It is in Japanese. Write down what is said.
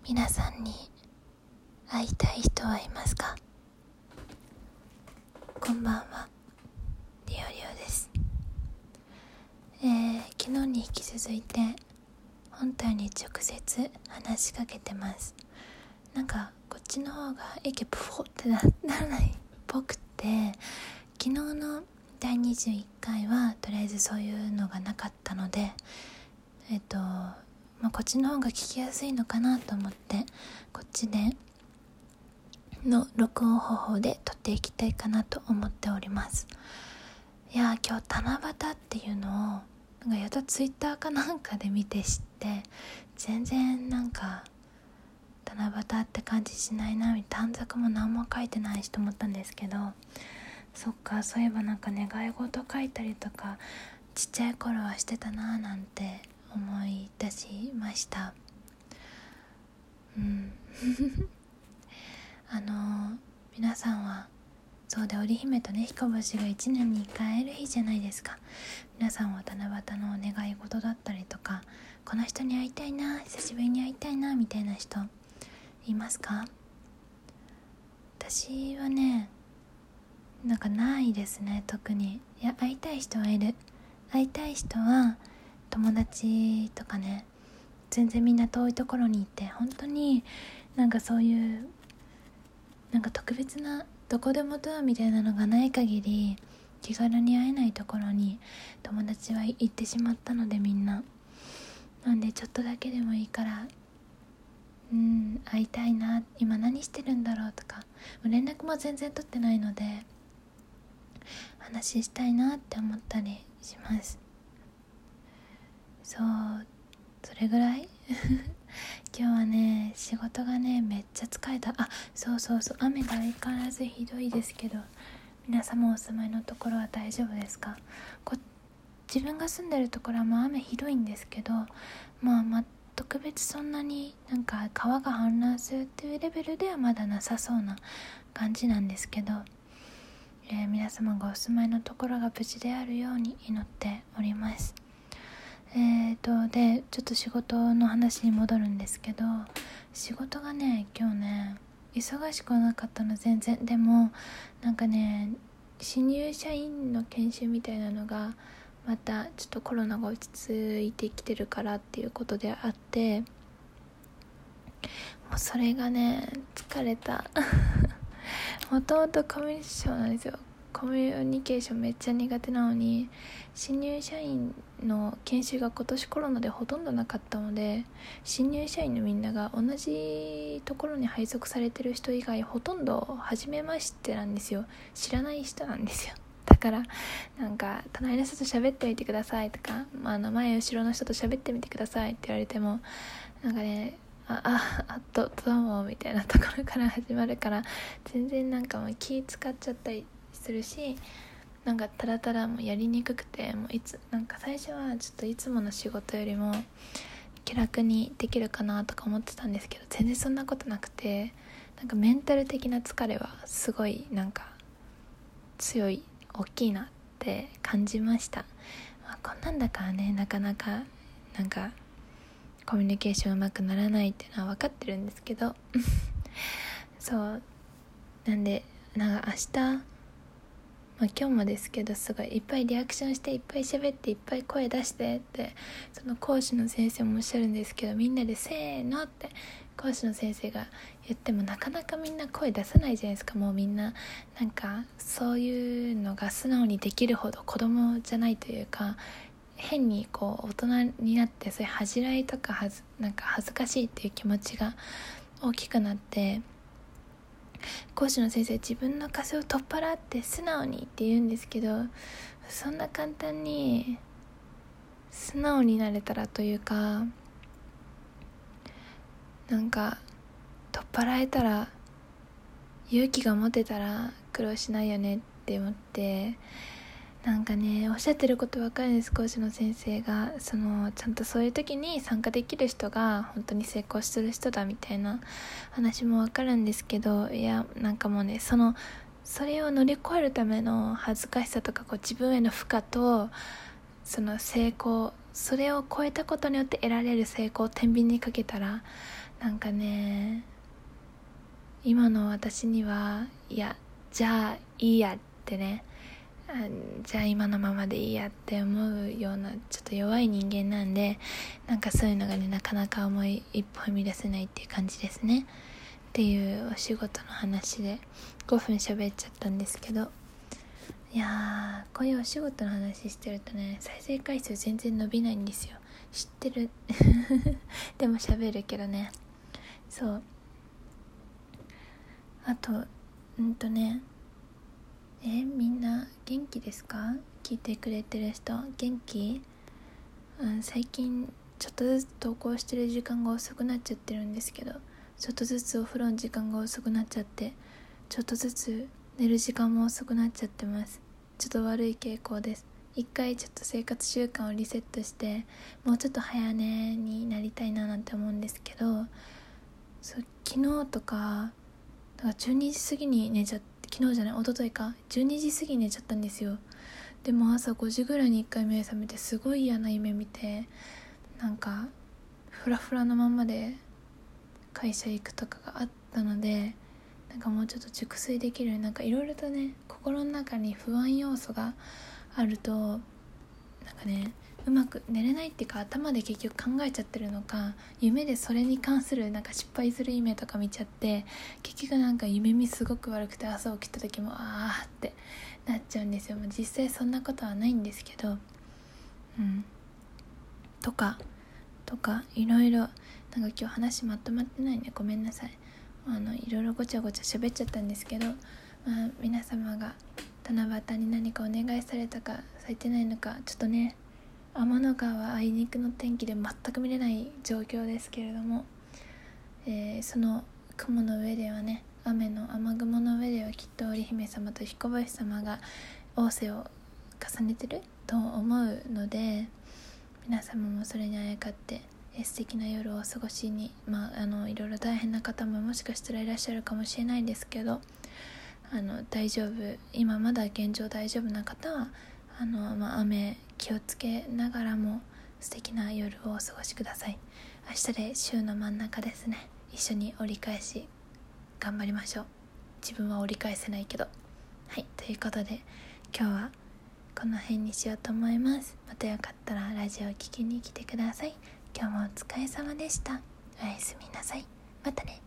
皆さんに会いたい人はいますか？こんばんは、リオリオです。昨日に引き続いて本体に直接話しかけてます。なんかこっちの方が息プフォってならないっぽくて、昨日の第21回はとりあえずそういうのがなかったので、こっちの方が聞きやすいのかなと思ってこっちでの録音方法で撮っていきたいかなと思っております。いや今日七夕っていうのをやっとツイッターかなんかで見て知って、全然なんか七夕って感じしないな、短冊も何も書いてないしと思ったんですけど、そっか、そういえばなんか願い事書いたりとかちっちゃい頃はしてたななんて思い出しました。皆さんはそうで、織姫とね彦星が1年に1回会える日じゃないですか。皆さんは七夕の願い事だったりとか、この人に会いたいな、久しぶりに会いたいなみたいな人いますか？私はね、なんかないですね、特に。いや、会いたい人はいる。会いたい人は友達とかね、全然みんな遠いところにいて、本当になんかそういうなんか特別などこでもドアみたいなのがない限り気軽に会えないところに友達は行ってしまったので、みんななんでちょっとだけでもいいから会いたいな、今何してるんだろうとか、連絡も全然取ってないので話したいなって思ったりします。そう、それぐらい今日はね、仕事がねめっちゃ疲れた。そう、雨が相変わらずひどいですけど、皆様お住まいのところは大丈夫ですか？自分が住んでるところは雨ひどいんですけど、特別そんなになんか川が氾濫するっていうレベルではまだなさそうな感じなんですけど、皆様がお住まいのところが無事であるように祈っております。でちょっと仕事の話に戻るんですけど、仕事がね今日ね忙しくはなかったの全然。でもなんかね、新入社員の研修みたいなのがまたちょっとコロナが落ち着いてきてるからっていうことであって、もうそれがね疲れたもともとコミュニケーションなんですよ。コミュニケーションめっちゃ苦手なのに、新入社員の研修が今年コロナでほとんどなかったので、新入社員のみんなが同じところに配属されてる人以外ほとんど初めましてなんですよ。知らない人なんですよ。だからなんか隣の人と喋ってみてくださいとか、前後ろの人と喋ってみてくださいって言われても、なんかねどうもみたいなところから始まるから、全然なんかもう気使っちゃったりするし、なんかただただもうやりにくくて、なんか最初はちょっといつもの仕事よりも気楽にできるかなとか思ってたんですけど、全然そんなことなくて、なんかメンタル的な疲れはすごいなんか強い、大きいなって感じました。こんなんだからね、なかなかなんかコミュニケーションうまくならないっていうのは分かってるんですけどそうなんで、なんか明日今日もですけど、すごいいっぱいリアクションして、いっぱい喋って、いっぱい声出してってその講師の先生もおっしゃるんですけど、みんなでせーのって講師の先生が言ってもなかなかみんな声出さないじゃないですか。もうみんななんかそういうのが素直にできるほど子供じゃないというか、変にこう大人になって、そういう恥じらいとかなんか恥ずかしいっていう気持ちが大きくなって、講師の先生自分の枷を取っ払って素直にって言うんですけど、そんな簡単に素直になれたらというか、なんか取っ払えたら、勇気が持てたら苦労しないよねって思って、なんかねおっしゃってること分かるんです。講師の先生がちゃんとそういう時に参加できる人が本当に成功してる人だみたいな話も分かるんですけど、いやなんかもうね、それを乗り越えるための恥ずかしさとか、自分への負荷とその成功それを超えたことによって得られる成功を天秤にかけたら、なんかね、今の私にはいや、じゃあいいやってね、じゃあ今のままでいいやって思うようなちょっと弱い人間なんで、なんかそういうのがね、なかなか思い一歩踏み出せないっていう感じですね。っていうお仕事の話で5分喋っちゃったんですけど、いやー、こういうお仕事の話してるとね、再生回数全然伸びないんですよ。知ってるでも喋るけどね。そう、あとみんな元気ですか？聞いてくれてる人元気？最近ちょっとずつ投稿してる時間が遅くなっちゃってるんですけど、ちょっとずつお風呂の時間が遅くなっちゃって、ちょっとずつ寝る時間も遅くなっちゃってます。ちょっと悪い傾向です。一回ちょっと生活習慣をリセットして、もうちょっと早寝になりたいななんて思うんですけど、昨日とかだから12時過ぎに寝ちゃって、昨日じゃない一昨日か、12時過ぎに寝ちゃったんですよ。でも朝5時ぐらいに1回目覚めて、すごい嫌な夢見て、なんかフラフラのままで会社行くとかがあったので、なんかもうちょっと熟睡できるように、なんかいろいろとね、心の中に不安要素があると、なんかね、うまく寝れないっていうか、頭で結局考えちゃってるのか、夢でそれに関するなんか失敗する夢とか見ちゃって、結局なんか夢見すごく悪くて、朝起きた時もあーってなっちゃうんですよ。実際そんなことはないんですけど、とかいろいろ、なんか今日話まとまってないね、ごめんなさい。いろいろごちゃごちゃ喋っちゃったんですけど、皆様が七夕に何かお願いされたかされてないのか、ちょっとね、天の川はあいにくの天気で全く見れない状況ですけれども、その雲の上ではね、雨雲の上ではきっと織姫様と彦星様が仰せを重ねてると思うので、皆様もそれにあやかって素敵な夜をお過ごしに、いろいろ大変な方ももしかしたらいらっしゃるかもしれないですけど、大丈夫、今まだ現状大丈夫な方は雨気をつけながらも素敵な夜をお過ごしください。明日で週の真ん中ですね。一緒に折り返し頑張りましょう。自分は折り返せないけど。はい、ということで今日はこの辺にしようと思います。またよかったらラジオを聞きに来てください。今日もお疲れ様でした。おやすみなさい。またね。